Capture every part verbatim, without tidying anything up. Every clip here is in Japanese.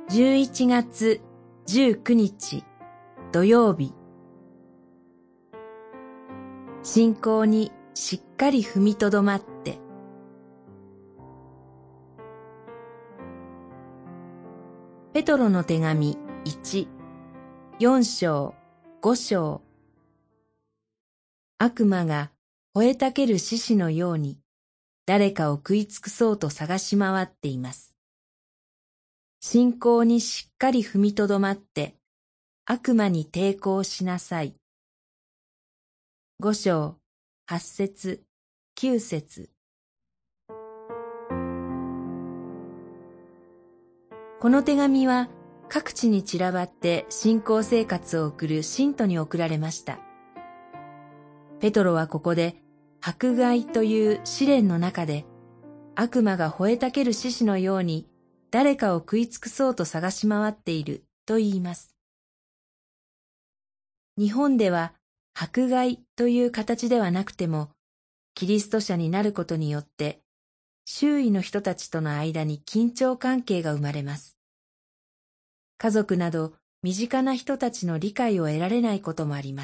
じゅういちがつじゅうくにち土曜日。信仰にしっかり踏みとどまって。ペトロの手紙いち、よん章、ご章。悪魔が吠えたける獅子のように誰かを食い尽くそうと探し回っています。信仰にしっかり踏みとどまって悪魔に抵抗しなさい。ご章、はち節、きゅう節。この手紙は各地に散らばって信仰生活を送る信徒に送られました。ペトロはここで迫害という試練の中で悪魔が吠えたける獅子のように誰かを食い尽くそうと探し回っていると言います。日本では迫害という形ではなくてもキリスト者になることによって周囲の人たちとの間に緊張関係が生まれます。家族など身近な人たちの理解を得られないこともあります。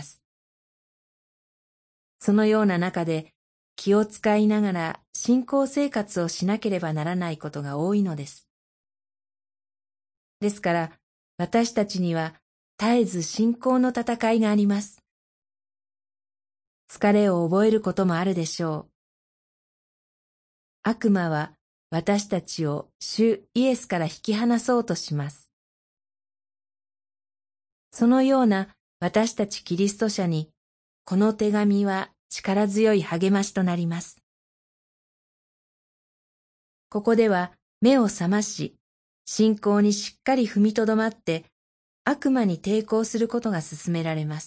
そのような中で気を使いながら信仰生活をしなければならないことが多いのです。ですから私たちには絶えず信仰の戦いがあります。疲れを覚えることもあるでしょう。悪魔は私たちを主イエスから引き離そうとします。そのような私たちキリスト者にこの手紙は力強い励ましとなります。ここでは目を覚まし、信仰にしっかり踏みとどまって悪魔に抵抗することが勧められます。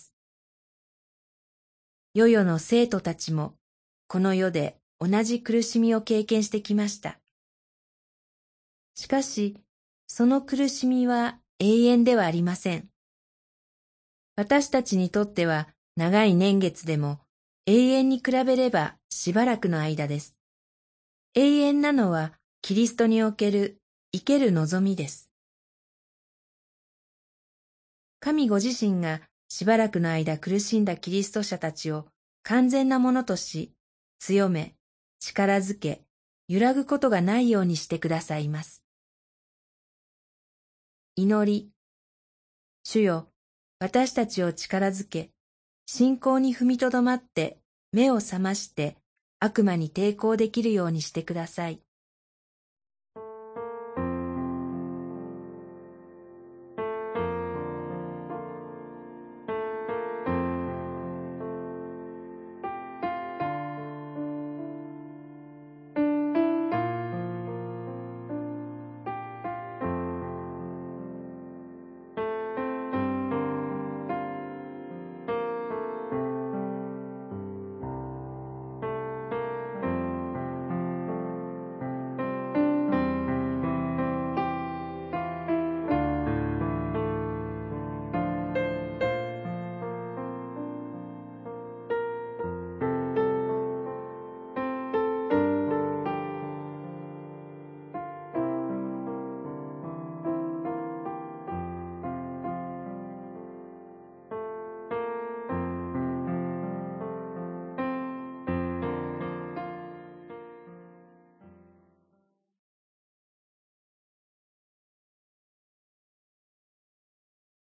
世々の生徒たちもこの世で同じ苦しみを経験してきました。しかし、その苦しみは永遠ではありません。私たちにとっては長い年月でも永遠に比べればしばらくの間です。永遠なのはキリストにおける生ける望みです。神ご自身がしばらくの間苦しんだキリスト者たちを完全なものとし、強め、力づけ、揺らぐことがないようにしてくださいます。祈り。主よ、私たちを力づけ、信仰に踏みとどまって目を覚まして悪魔に抵抗できるようにしてください。